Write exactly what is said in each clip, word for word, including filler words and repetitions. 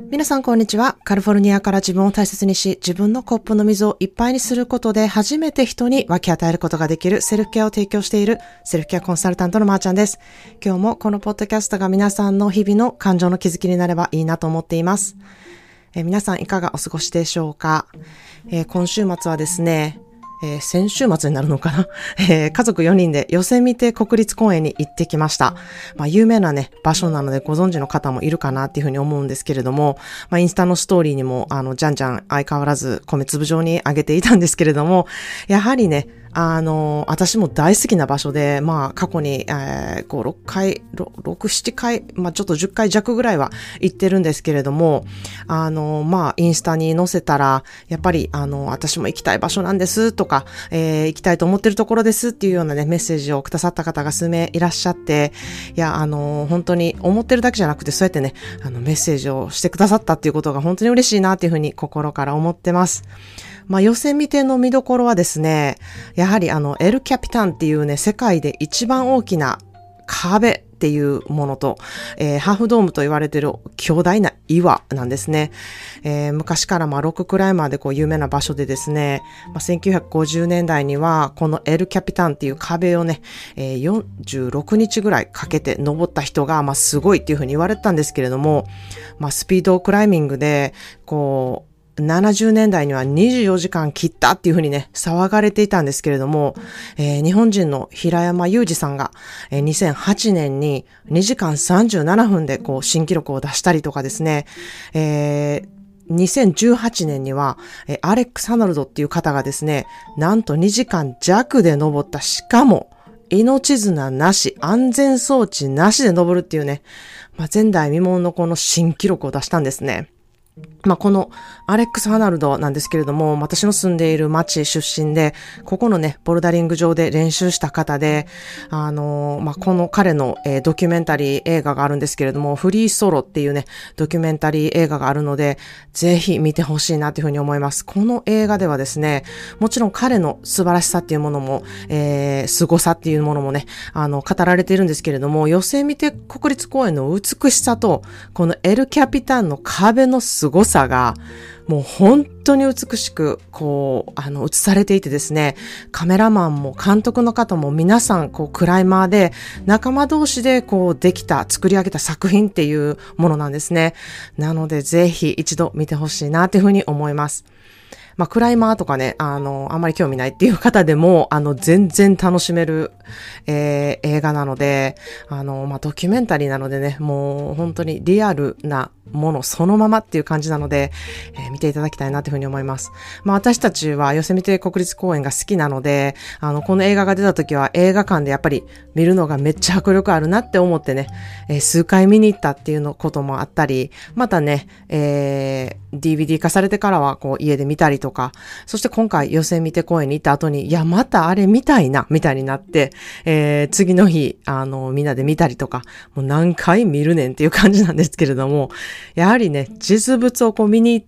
皆さんこんにちは。カリフォルニアから自分を大切にし、自分のコップの水をいっぱいにすることで初めて人に分け与えることができるセルフケアを提供しているセルフケアコンサルタントのまーちゃんです。今日もこのポッドキャストが皆さんの日々の感情の気づきになればいいなと思っています。えー、皆さんいかがお過ごしでしょうか。えー、今週末はですね、えー、先週末になるのかな、えー、家族よにんでヨセミテ国立公園に行ってきました。まあ、有名なね、場所なのでご存知の方もいるかなっていうふうに思うんですけれども、まあ、インスタのストーリーにも、あの、じゃんじゃん相変わらず米粒状に上げていたんですけれども、やはりね、あの、私も大好きな場所で、まあ、過去に、えー、ご、ろっかい、ろく、ななかい、まあ、ちょっとじゅっかい弱ぐらいは行ってるんですけれども、あの、まあ、インスタに載せたら、やっぱり、あの、私も行きたい場所なんです、とか、えー、行きたいと思ってるところですっていうようなね、メッセージをくださった方が数名いらっしゃって、いや、あの、本当に思ってるだけじゃなくて、そうやってね、あの、メッセージをしてくださったっていうことが本当に嬉しいなっていうふうに心から思ってます。まあ、ヨセミテの見どころはですね、やはりあの、エルキャピタンっていうね、世界で一番大きな壁っていうものと、えー、ハーフドームと言われている巨大な岩なんですね。えー、昔からまあロッククライマーでこう有名な場所でですね、まあ、せんきゅうひゃくごじゅうねんだいにはこのエルキャピタンっていう壁をね、えー、よんじゅうろくにちぐらいかけて登った人がまあすごいっていうふうに言われてたんですけれども、まあスピードクライミングでこうななじゅうねんだいにはにじゅうよじかん切ったっていうふうにね、騒がれていたんですけれども、えー、日本人の平山裕二さんが、えー、にせんはちねんににじかんさんじゅうななふんでこう新記録を出したりとかですね、えー、にせんじゅうはちねんには、えー、アレックス・ハノルドっていう方がですね、なんとにじかんじゃくで登った、しかも命綱なし、安全装置なしで登るっていうね、まあ、前代未聞のこの新記録を出したんですね。まあ、このアレックス・ハナルドなんですけれども、私の住んでいる町出身で、ここのね、ボルダリング場で練習した方で、あのー、まあ、この彼の、えー、ドキュメンタリー映画があるんですけれども、フリーソロっていうね、ドキュメンタリー映画があるので、ぜひ見てほしいなというふうに思います。この映画ではですね、もちろん彼の素晴らしさっていうものも、えー、凄さっていうものもね、あの、語られているんですけれども、ヨセミテ国立公園の美しさと、このエルキャピタンの壁の凄さが、もう本当に美しく、こう、あの、映されていてですね、カメラマンも監督の方も皆さん、こう、クライマーで、仲間同士で、こう、できた、作り上げた作品っていうものなんですね。なので、ぜひ一度見てほしいな、というふうに思います。まあ、クライマーとかね、あの、あんまり興味ないっていう方でも、あの、全然楽しめる、えー、映画なので、あの、まあ、ドキュメンタリーなのでね、もう本当にリアルなものそのままっていう感じなので、えー、見ていただきたいなというふうに思います。まあ、私たちはヨセミテ国立公園が好きなので、あの、この映画が出た時は映画館でやっぱり見るのがめっちゃ迫力あるなって思ってね、えー、数回見に行ったっていうのこともあったり、またね、えー、ディーブイディー 化されてからはこう家で見たりとか、そして今回ヨセミテ公園に行った後に、いや、またあれ見たいな、みたいになって、えー、次の日、あの、みんなで見たりとか、もう何回見るねんっていう感じなんですけれども、やはりね、実物をこう見に行って、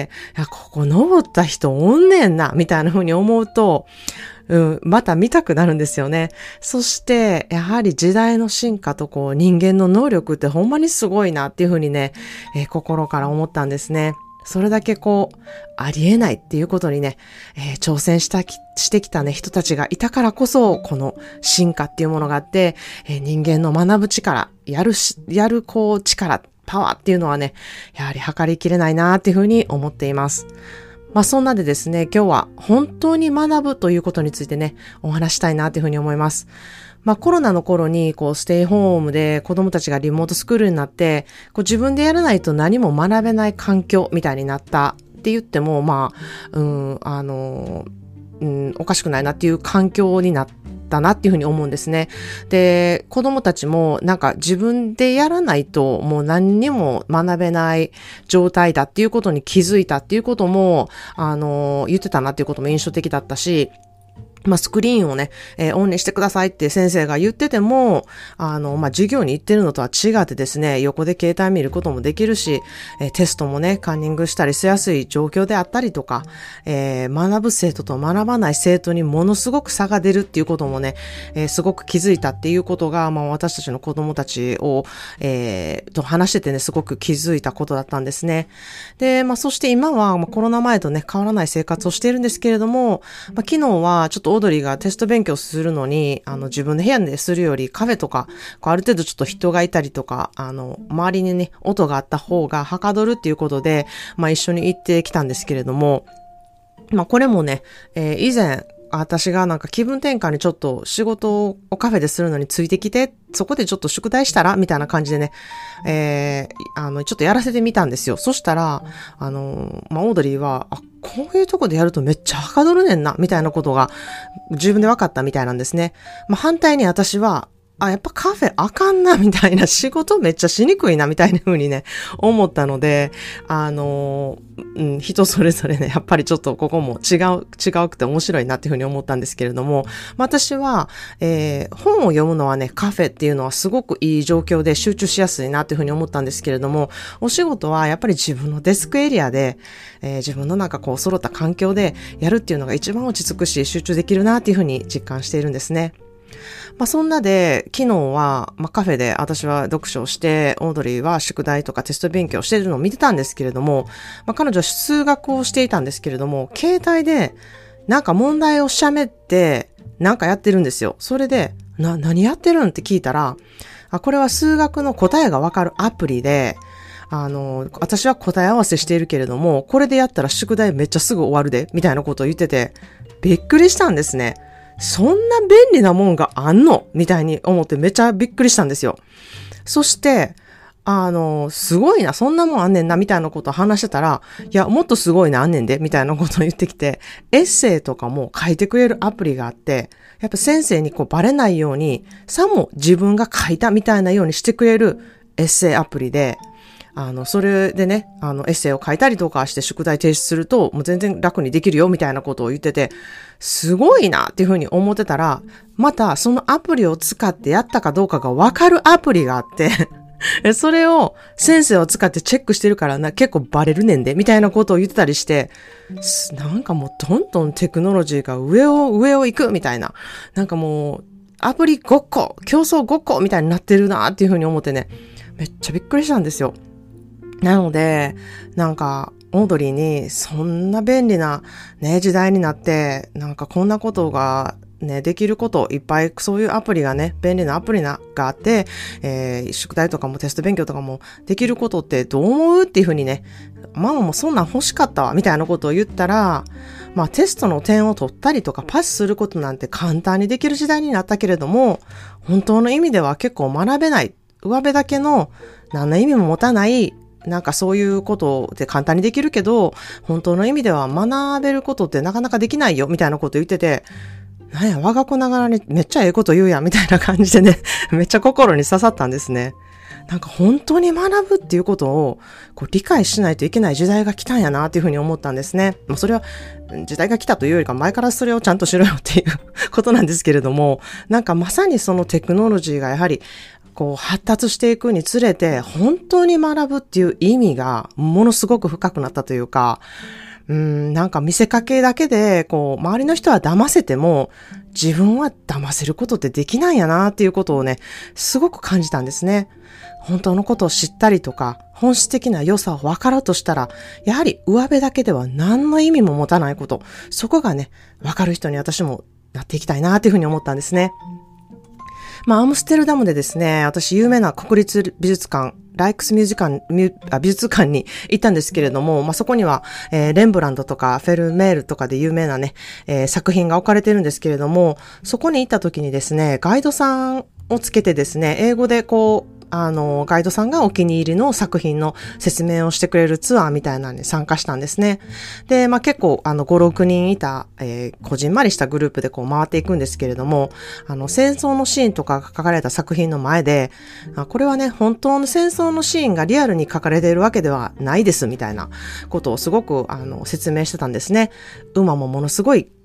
いや、ここ登った人おんねんな、みたいな風に思うと、うん、また見たくなるんですよね。そして、やはり時代の進化とこう人間の能力ってほんまにすごいなっていう風にね、えー、心から思ったんですね。それだけこう、ありえないっていうことにね、えー、挑戦したき、してきたね、人たちがいたからこそ、この進化っていうものがあって、えー、人間の学ぶ力、やるし、やるこう力、パワーっていうのはね、やはり測りきれないなっていうふうに思っています。まあそんなでですね、今日は本当に学ぶということについてね、お話したいなというふうに思います。まあコロナの頃にこうステイホームで子供たちがリモートスクールになって、こう自分でやらないと何も学べない環境みたいになったって言っても、まあ、うん、あの、うん、おかしくないなっていう環境になったなっていうふうに思うんですね。で、子供たちもなんか自分でやらないともう何にも学べない状態だっていうことに気づいたっていうことも、あの、言ってたなっていうことも印象的だったし、 まあ、スクリーンをね、えー、オンにしてくださいって先生が言ってても、あの、まあ、授業に行ってるのとは違ってですね、横で携帯見ることもできるし、えー、テストもね、カンニングしたりしやすい状況であったりとか、えー、学ぶ生徒と学ばない生徒にものすごく差が出るっていうこともね、えー、すごく気づいたっていうことが、まあ、私たちの子供たちを、えー、と話しててね、すごく気づいたことだったんですね。で、まあ、そして今は、まあ、コロナ前とね、変わらない生活をしているんですけれども、まあ、昨日はちょっとオードリーがテスト勉強するのに、あの、自分の部屋でするよりカフェとか、こうある程度ちょっと人がいたりとか、あの、周りにね、音があった方がはかどるっていうことで、まあ一緒に行ってきたんですけれども、まあこれもね、えー、以前、私がなんか気分転換にちょっと仕事をカフェでするのについてきて、そこでちょっと宿題したらみたいな感じでね、えー、あの、ちょっとやらせてみたんですよ。そしたら、あの、まあ、オードリーは、あ、こういうとこでやるとめっちゃはかどるねんな、みたいなことが自分で分かったみたいなんですね。まあ、反対に私は、あ、やっぱカフェあかんな、みたいな、仕事めっちゃしにくいな、みたいな風にね、思ったので、あの、うん、人それぞれね、やっぱりちょっとここも違う、違うくて面白いなっていう風に思ったんですけれども、私は、えー、本を読むのはね、カフェっていうのはすごくいい状況で集中しやすいなっていう風に思ったんですけれども、お仕事はやっぱり自分のデスクエリアで、えー、自分のなんかこう、揃った環境でやるっていうのが一番落ち着くし、集中できるなっていう風に実感しているんですね。まあそんなで、昨日は、まあカフェで私は読書をして、オードリーは宿題とかテスト勉強をしているのを見てたんですけれども、まあ彼女は数学をしていたんですけれども、携帯でなんか問題をしゃべってなんかやってるんですよ。それで、な、何やってるんって聞いたら、あ、これは数学の答えがわかるアプリで、あの、私は答え合わせしているけれども、これでやったら宿題めっちゃすぐ終わるで、みたいなことを言ってて、びっくりしたんですね。そんな便利なもんがあんのみたいに思ってめっちゃびっくりしたんですよ。そして、あの、すごいな、そんなもんあんねんな、みたいなことを話してたら、いや、もっとすごいな、あんねんで、みたいなことを言ってきて、エッセイとかも書いてくれるアプリがあって、やっぱ先生にこうバレないように、さも自分が書いたみたいなようにしてくれるエッセイアプリで、あの、それでね、あの、エッセイを書いたりとかして宿題提出すると、もう全然楽にできるよ、みたいなことを言ってて、すごいなっていうふうに思ってたら、またそのアプリを使ってやったかどうかがわかるアプリがあって、それを先生を使ってチェックしてるからな、結構バレるねんで、みたいなことを言ってたりして、なんかもうどんどんテクノロジーが上を上を行くみたいな、なんかもうアプリごっこ、競争ごっこみたいになってるなっていうふうに思ってね、めっちゃびっくりしたんですよ。なので、なんか、オードリーに、そんな便利なね、時代になって、なんかこんなことがね、できること、いっぱいそういうアプリがね、便利なアプリながあって、えー、宿題とかもテスト勉強とかもできることってどう思うっていうふうにね、ママもそんなん欲しかったわ、みたいなことを言ったら、まあテストの点を取ったりとかパスすることなんて簡単にできる時代になったけれども、本当の意味では結構学べない、上辺だけの何の意味も持たない、なんかそういうことで簡単にできるけど、本当の意味では学べることってなかなかできないよ、みたいなこと言ってて、なんや、我が子ながらにめっちゃええこと言うやん、みたいな感じでね、めっちゃ心に刺さったんですね。なんか本当に学ぶっていうことをこう理解しないといけない時代が来たんやなっていうふうに思ったんですね。まあそれは時代が来たというよりか前からそれをちゃんとしろよっていうことなんですけれども、なんかまさにそのテクノロジーがやはりこう発達していくにつれて本当に学ぶっていう意味がものすごく深くなったというか、うーん、なんか見せかけだけでこう周りの人は騙せても自分は騙せることってできないんやなっていうことをね、すごく感じたんですね。本当のことを知ったりとか本質的な良さを分かろうとしたら、やはり上辺だけでは何の意味も持たないこと、そこがね分かる人に私もなっていきたいなっていうふうに思ったんですね。まあ、アムステルダムでですね、私有名な国立美術館、ライクスミュージカン、美術館に行ったんですけれども、まあ、そこには、えー、レンブラントとかフェルメールとかで有名なね、えー、作品が置かれてるんですけれども、そこに行った時にですね、ガイドさんをつけてですね、英語でこう、あの、ガイドさんがお気に入りの作品の説明をしてくれるツアーみたいなのに参加したんですね。で、まあ、結構、あの、ご、ろくにんいた、えー、こじんまりしたグループでこう回っていくんですけれども、あの、戦争のシーンとかが書かれた作品の前で、あ、これはね、本当の戦争のシーンがリアルに書かれているわけではないです、みたいなことをすごく、あの、説明してたんですね。馬もものすごい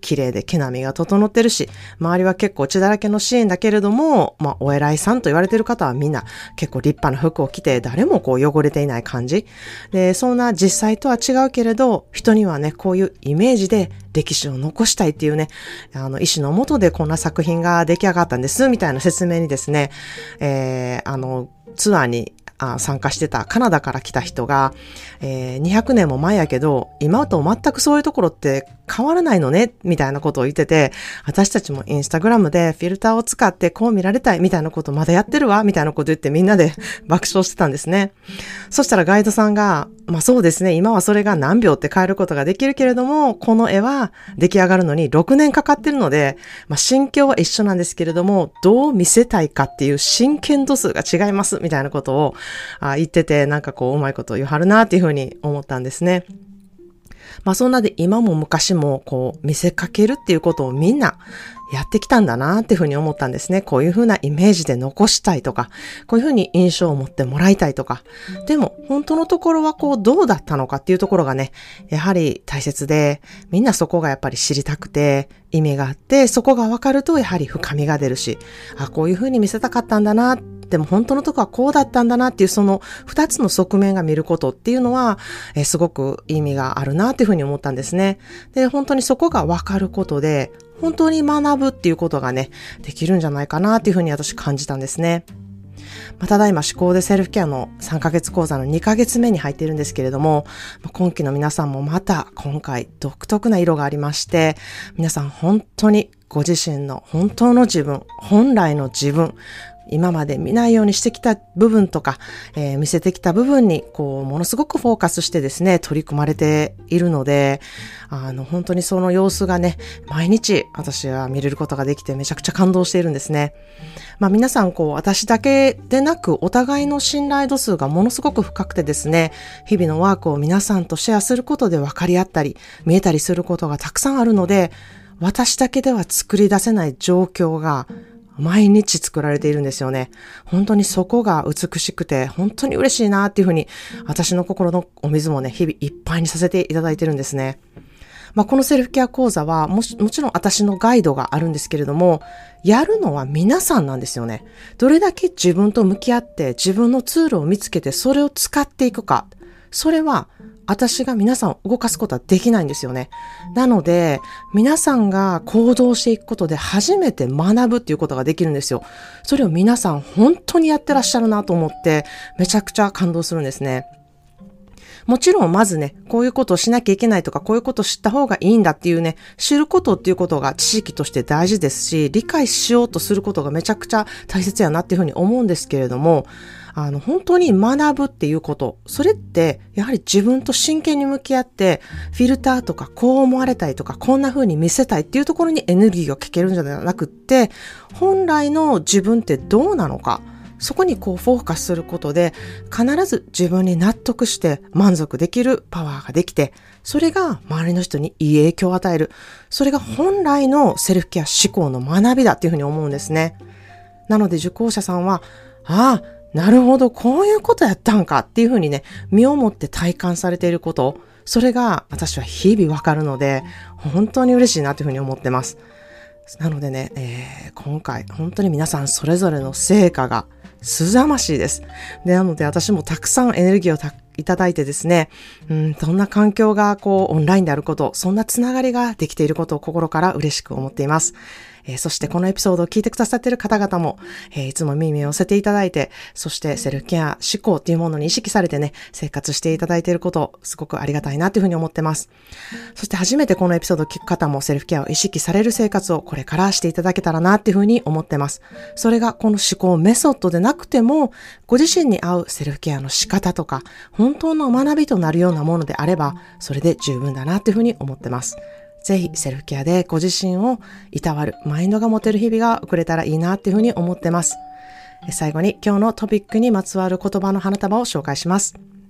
綺麗で毛並みが整ってるし、周りは結構血だらけのシーンだけれども、まあ、お偉いさんと言われてる方はみんな結構立派な服を着て、誰もこう汚れていない感じ。で、そんな実際とは違うけれど、人にはね、こういうイメージで歴史を残したいっていうね、あの、意思のもとでこんな作品が出来上がったんです、みたいな説明にですね、えー、あの、ツアーにあ参加してたカナダから来た人が、えー、にひゃくねんも前やけど、今と全くそういうところって変わらないのね、みたいなことを言ってて、私たちもインスタグラムでフィルターを使ってこう見られたいみたいなことまだやってるわ、みたいなこと言ってみんなで爆笑してたんですね。そしたらガイドさんが、まあそうですね、今はそれが何秒って変えることができるけれども、この絵は出来上がるのにろくねんかかってるので、まあ心境は一緒なんですけれども、どう見せたいかっていう真剣度数が違います、みたいなことをあ言ってて、なんかこううまいこと言わはるなっていうふうに思ったんですね。まあそんなで今も昔もこう見せかけるっていうことをみんなやってきたんだなっていうふうに思ったんですね。こういうふうなイメージで残したいとか、こういうふうに印象を持ってもらいたいとか。でも本当のところはこうどうだったのかっていうところがね、やはり大切で、みんなそこがやっぱり知りたくて、意味があって、そこがわかるとやはり深みが出るし、あ、こういうふうに見せたかったんだな、でも本当のところはこうだったんだなっていうその二つの側面が見ることっていうのは、えー、すごく意味があるなっていうふうに思ったんですね。で、本当にそこがわかることで、本当に学ぶっていうことがね、できるんじゃないかなっていうふうに私感じたんですね。まあ、ただいま思考でセルフケアのさんかげつ講座のにかげつめに入っているんですけれども、今期の皆さんもまた今回独特な色がありまして、皆さん本当にご自身の本当の自分、本来の自分、今まで見ないようにしてきた部分とか、えー、見せてきた部分にこうものすごくフォーカスしてですね取り組まれているので、あの本当にその様子がね毎日私は見れることができてめちゃくちゃ感動しているんですね。まあ皆さんこう私だけでなくお互いの信頼度数がものすごく深くてですね、日々のワークを皆さんとシェアすることで分かり合ったり見えたりすることがたくさんあるので、私だけでは作り出せない状況が毎日作られているんですよね。本当にそこが美しくて本当に嬉しいなっていうふうに私の心のお水もね日々いっぱいにさせていただいてるんですね。まあ、このセルフケア講座はもしもちろん私のガイドがあるんですけれども、やるのは皆さんなんですよね。どれだけ自分と向き合って自分のツールを見つけてそれを使っていくか、それは私が皆さんを動かすことはできないんですよね。なので、皆さんが行動していくことで初めて学ぶっていうことができるんですよ。それを皆さん本当にやってらっしゃるなと思って、めちゃくちゃ感動するんですね。もちろんまずね、こういうことをしなきゃいけないとか、こういうことを知った方がいいんだっていうね、知ることっていうことが知識として大事ですし、理解しようとすることがめちゃくちゃ大切やなっていうふうに思うんですけれども、あの、本当に学ぶっていうこと、それって、やはり自分と真剣に向き合って、フィルターとか、こう思われたいとか、こんな風に見せたいっていうところにエネルギーがかけるんじゃなくって、本来の自分ってどうなのか、そこにこうフォーカスすることで、必ず自分に納得して満足できるパワーができて、それが周りの人にいい影響を与える。それが本来のセルフケア思考の学びだっていうふうに思うんですね。なので受講者さんは、ああ、なるほど、こういうことやったんかっていうふうにね、身をもって体感されていること、それが私は日々わかるので、本当に嬉しいなというふうに思ってます。なのでね、えー、今回本当に皆さんそれぞれの成果がすざましいです。で、なので私もたくさんエネルギーをたいただいてですね、うん、どんな環境がこうオンラインであること、そんなつながりができていることを心から嬉しく思っています。えー、そしてこのエピソードを聞いてくださっている方々も、えー、いつも耳を寄せていただいて、そしてセルフケア思考っていうものに意識されてね、生活していただいていることをすごくありがたいなというふうに思ってます。そして初めてこのエピソードを聞く方もセルフケアを意識される生活をこれからしていただけたらなっていうふうに思ってます。それがこの思考メソッドでなくても、ご自身に合うセルフケアの仕方とか、本当の学びとなるようなものであれば、それで十分だなっていうふうに思ってます。ぜひセルフケアでご自身をいたわるマインドが持てる日々が送れたらいいなっていうふうに思ってます。最後に今日のトピックにまつわる言葉の花束を紹介します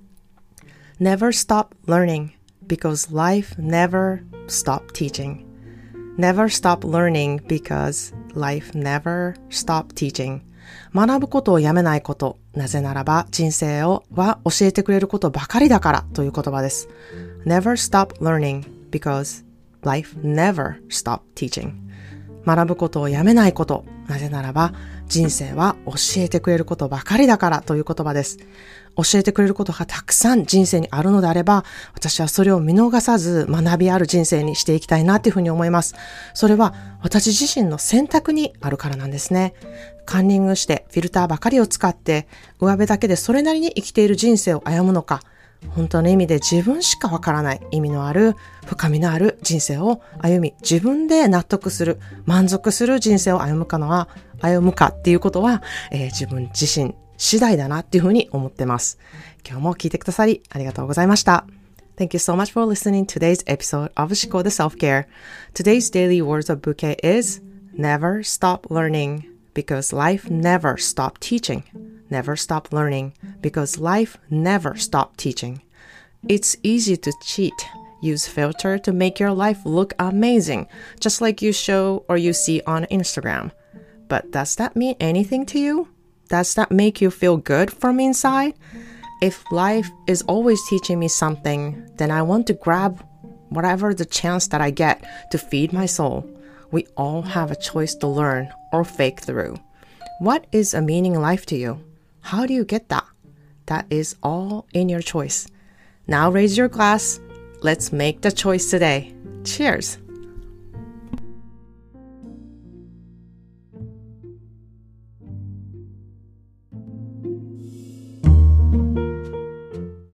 。Never stop learning because life never stop teaching. Never stop learning because life never stop teaching. 学ぶことをやめないこと、なぜならば人生をは教えてくれることばかりだからという言葉です。Never stop learning because life never stop teaching. 学ぶことをやめないこと。なぜならば、人生は教えてくれることばかりだからという言葉です。教えてくれることがたくさん人生にあるのであれば、私はそれを見逃さず学びある人生にしていきたいなというふうに思います。それは私自身の選択にあるからなんですね。カンニングしてフィルターばかりを使って上辺だけでそれなりに生きている人生を歩むのか、本当の意味で自分しかわからない意味のある深みのある人生を歩み、自分で納得する満足する人生を歩むかのは歩むかっていうことは、えー、自分自身次第だなっていうふうに思ってます。今日も聞いてくださりありがとうございました。Thank you so much for listening to today's episode of 思考で Self-Care. Today's daily words of bouquet is Never stop learning because life never stop teaching.Never stop learning because life never stop teaching. It's easy to cheat. Use filter to make your life look amazing, just like you show or you see on Instagram. But does that mean anything to you? Does that make you feel good from inside? If life is always teaching me something, then I want to grab whatever the chance that I get to feed my soul. We all have a choice to learn or fake through. What is a meaning life to you?How do you get that? That is all in your choice. Now raise your glass. Let's make the choice today. Cheers!